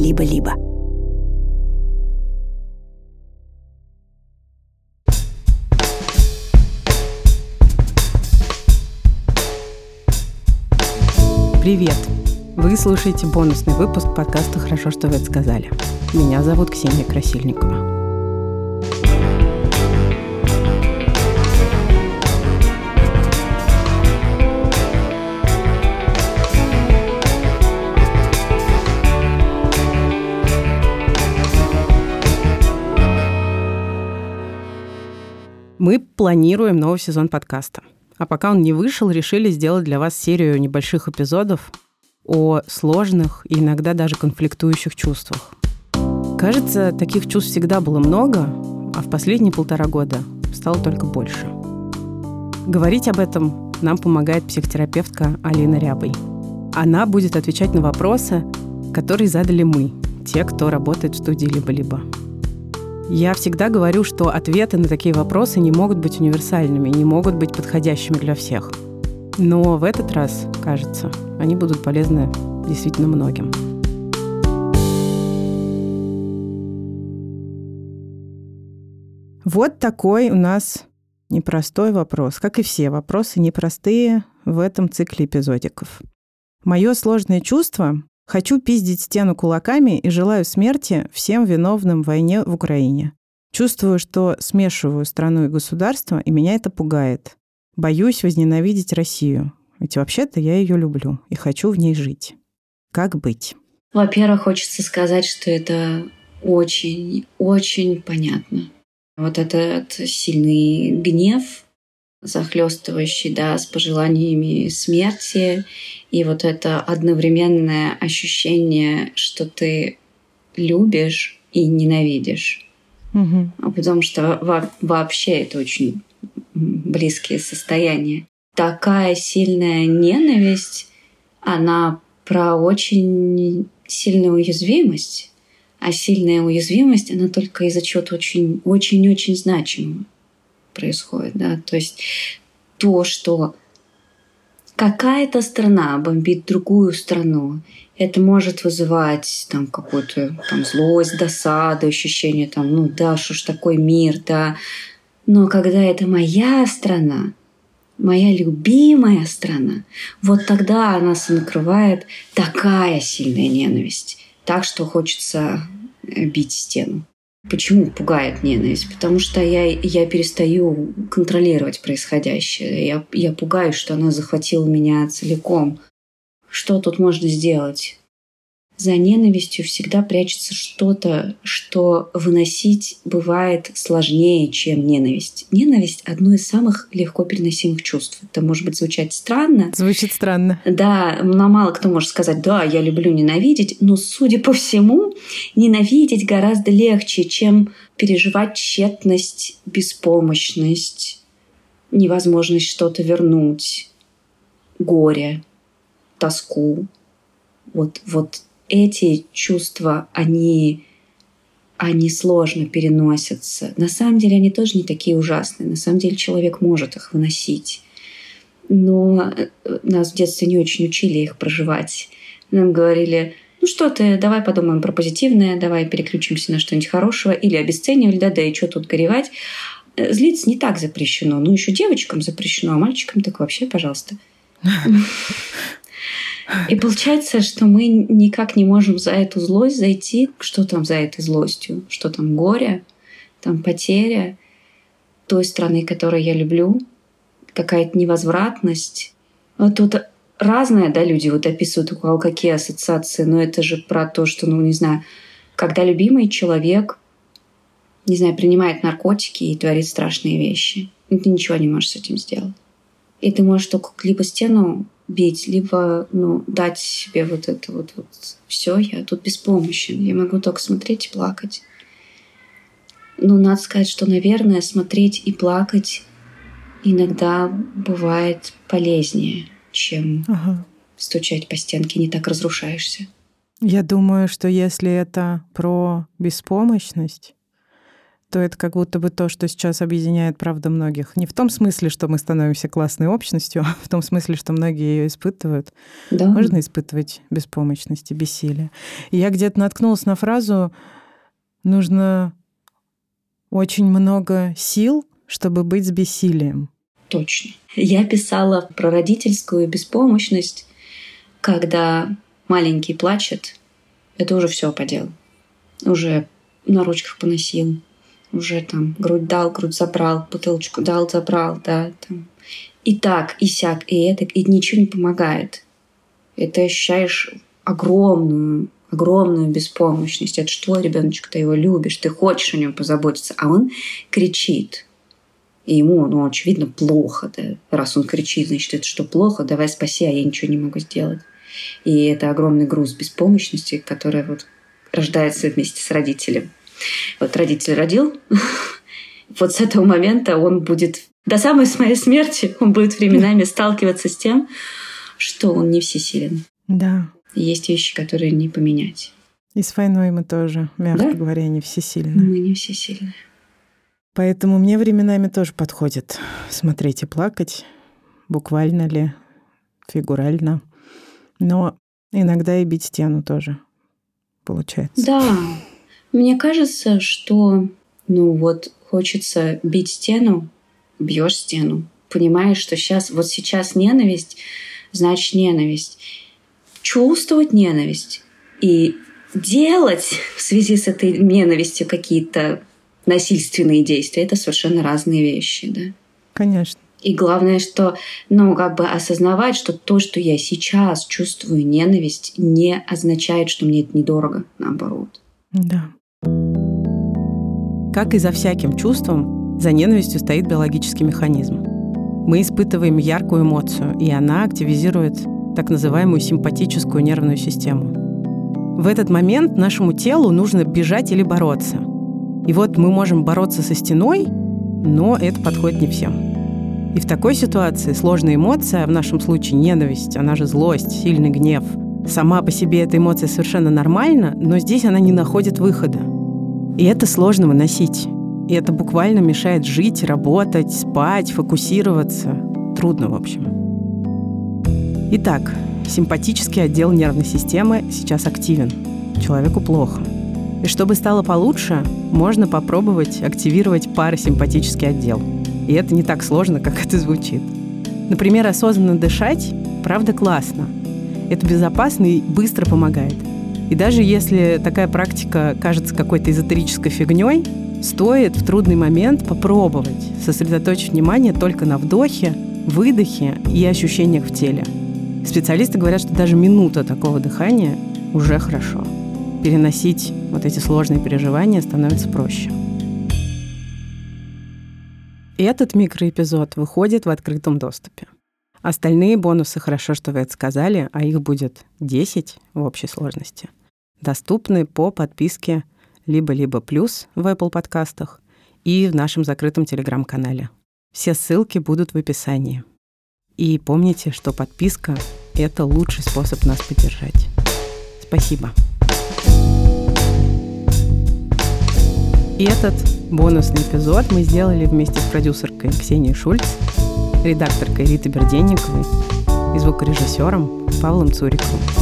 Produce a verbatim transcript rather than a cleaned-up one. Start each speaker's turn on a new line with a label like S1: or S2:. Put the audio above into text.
S1: «Либо-либо».
S2: Привет! Вы слушаете бонусный выпуск подкаста «Хорошо, что вы это сказали». Меня зовут Ксения Красильникова. Мы планируем новый сезон подкаста. А пока он не вышел, решили сделать для вас серию небольших эпизодов о сложных и иногда даже конфликтующих чувствах. Кажется, таких чувств всегда было много, а в последние полтора года стало только больше. Говорить об этом нам помогает психотерапевтка Алина Рябой. Она будет отвечать на вопросы, которые задали мы, те, кто работает в студии «Либо-либо». Я всегда говорю, что ответы на такие вопросы не могут быть универсальными, не могут быть подходящими для всех. Но в этот раз, кажется, они будут полезны действительно многим. Вот такой у нас непростой вопрос, как и все вопросы непростые в этом цикле эпизодиков. Мое сложное чувство — хочу пиздить стену кулаками и желаю смерти всем виновным в войне в Украине. Чувствую, что смешиваю страну и государство, и меня это пугает. Боюсь возненавидеть Россию. Ведь вообще-то я ее люблю и хочу в ней жить. Как быть?
S3: Во-первых, хочется сказать, что это очень-очень понятно. Вот этот сильный гнев, захлестывающий, да, с пожеланиями смерти, и вот это одновременное ощущение, что ты любишь и ненавидишь. Угу. Потому что во- вообще это очень близкие состояния. Такая сильная ненависть, она про очень сильную уязвимость, а сильная уязвимость, она только из-за чего-то очень-очень-очень значимого происходит, да, то есть то, что какая-то страна бомбит другую страну, это может вызывать там какую-то там злость, досаду, ощущение там, ну да, что ж такой мир, да, но когда это моя страна, моя любимая страна, вот тогда нас накрывает такая сильная ненависть, так что хочется бить стену. Почему пугает ненависть? Потому что я, я перестаю контролировать происходящее. Я, я пугаюсь, что она захватила меня целиком. Что тут можно сделать? За ненавистью всегда прячется что-то, что выносить бывает сложнее, чем ненависть. Ненависть — одно из самых легко переносимых чувств. Это может быть звучать странно.
S2: Звучит странно.
S3: Да, но мало кто может сказать: да, я люблю ненавидеть, но, судя по всему, ненавидеть гораздо легче, чем переживать тщетность, беспомощность, невозможность что-то вернуть, горе, тоску. Вот, вот эти чувства, они, они сложно переносятся. На самом деле они тоже не такие ужасные. На самом деле человек может их выносить. Но нас в детстве не очень учили их проживать. Нам говорили: ну что ты, давай подумаем про позитивное, давай переключимся на что-нибудь хорошего. Или обесценивали: да, да, и что тут горевать. Злиться не так запрещено. Ну, еще девочкам запрещено, а мальчикам так вообще, пожалуйста. И получается, что мы никак не можем за эту злость зайти. Что там за этой злостью? Что там горе? Там потеря той страны, которую я люблю? Какая-то невозвратность? Вот тут разное, да, люди вот описывают, у кого какие ассоциации, но это же про то, что, ну, не знаю, когда любимый человек, не знаю, принимает наркотики и творит страшные вещи, и ты ничего не можешь с этим сделать. И ты можешь только либо стену бить, либо, ну, дать себе вот это вот, вот все, я тут беспомощен, я могу только смотреть и плакать. Но надо сказать, что, наверное, смотреть и плакать иногда бывает полезнее, чем ага. стучать по стенке, не так разрушаешься.
S2: Я думаю, что если это про беспомощность, то это как будто бы то, что сейчас объединяет, правда, многих. Не в том смысле, что мы становимся классной общностью, а в том смысле, что многие ее испытывают.
S3: Да.
S2: Можно испытывать беспомощность и бессилие. И я где-то наткнулась на фразу: нужно очень много сил, чтобы быть с бессилием.
S3: Точно. Я писала про родительскую беспомощность, когда маленький плачет, это уже все по делу. Уже на ручках поносил, уже там грудь дал, грудь забрал, бутылочку дал, забрал, да, там. И так, и сяк, и это, и ничего не помогает. И ты ощущаешь огромную, огромную беспомощность. Это что, ребеночек, ты его любишь, ты хочешь о нем позаботиться, а он кричит. И ему, ну, очевидно, плохо, да. Раз он кричит, значит, это что, плохо? Давай спаси, а я ничего не могу сделать. И это огромный груз беспомощности, который вот рождается вместе с родителем. Вот родитель родил, вот с этого момента он будет, до самой своей смерти, он будет временами сталкиваться с тем, что он не всесилен.
S2: Да.
S3: И есть вещи, которые не поменять.
S2: И с войной мы тоже, мягко
S3: Да?
S2: говоря, не всесильны.
S3: Мы не всесильны.
S2: Поэтому мне временами тоже подходит смотреть и плакать, буквально ли, фигурально. Но иногда и бить стену тоже получается.
S3: Да. Мне кажется, что, ну вот, хочется бить стену, бьешь стену. Понимаешь, что сейчас, вот сейчас ненависть, значит ненависть. Чувствовать ненависть и делать в связи с этой ненавистью какие-то насильственные действия — это совершенно разные вещи, да?
S2: Конечно.
S3: И главное, что, ну, как бы осознавать, что то, что я сейчас чувствую ненависть, не означает, что мне это недорого, наоборот.
S2: Да. Как и за всяким чувством, за ненавистью стоит биологический механизм. Мы испытываем яркую эмоцию, и она активизирует так называемую симпатическую нервную систему. В этот момент нашему телу нужно бежать или бороться. И вот мы можем бороться со стеной, но это подходит не всем. И в такой ситуации сложная эмоция, в нашем случае ненависть, она же злость, сильный гнев, сама по себе эта эмоция совершенно нормальна, но здесь она не находит выхода. И это сложно выносить. И это буквально мешает жить, работать, спать, фокусироваться. Трудно, в общем. Итак, симпатический отдел нервной системы сейчас активен. Человеку плохо. И чтобы стало получше, можно попробовать активировать парасимпатический отдел. И это не так сложно, как это звучит. Например, осознанно дышать, правда, классно. Это безопасно и быстро помогает. И даже если такая практика кажется какой-то эзотерической фигней, стоит в трудный момент попробовать сосредоточить внимание только на вдохе, выдохе и ощущениях в теле. Специалисты говорят, что даже минута такого дыхания уже хорошо. Переносить вот эти сложные переживания становится проще. Этот микроэпизод выходит в открытом доступе. Остальные бонусы, хорошо, что вы это сказали, а их будет десять в общей сложности, доступны по подписке либо-либо плюс в Apple подкастах и в нашем закрытом телеграм-канале. Все ссылки будут в описании. И помните, что подписка — это лучший способ нас поддержать. Спасибо. И этот бонусный эпизод мы сделали вместе с продюсеркой Ксенией Шульц, редакторкой Ритой Берденниковой и звукорежиссером Павлом Цуриковым.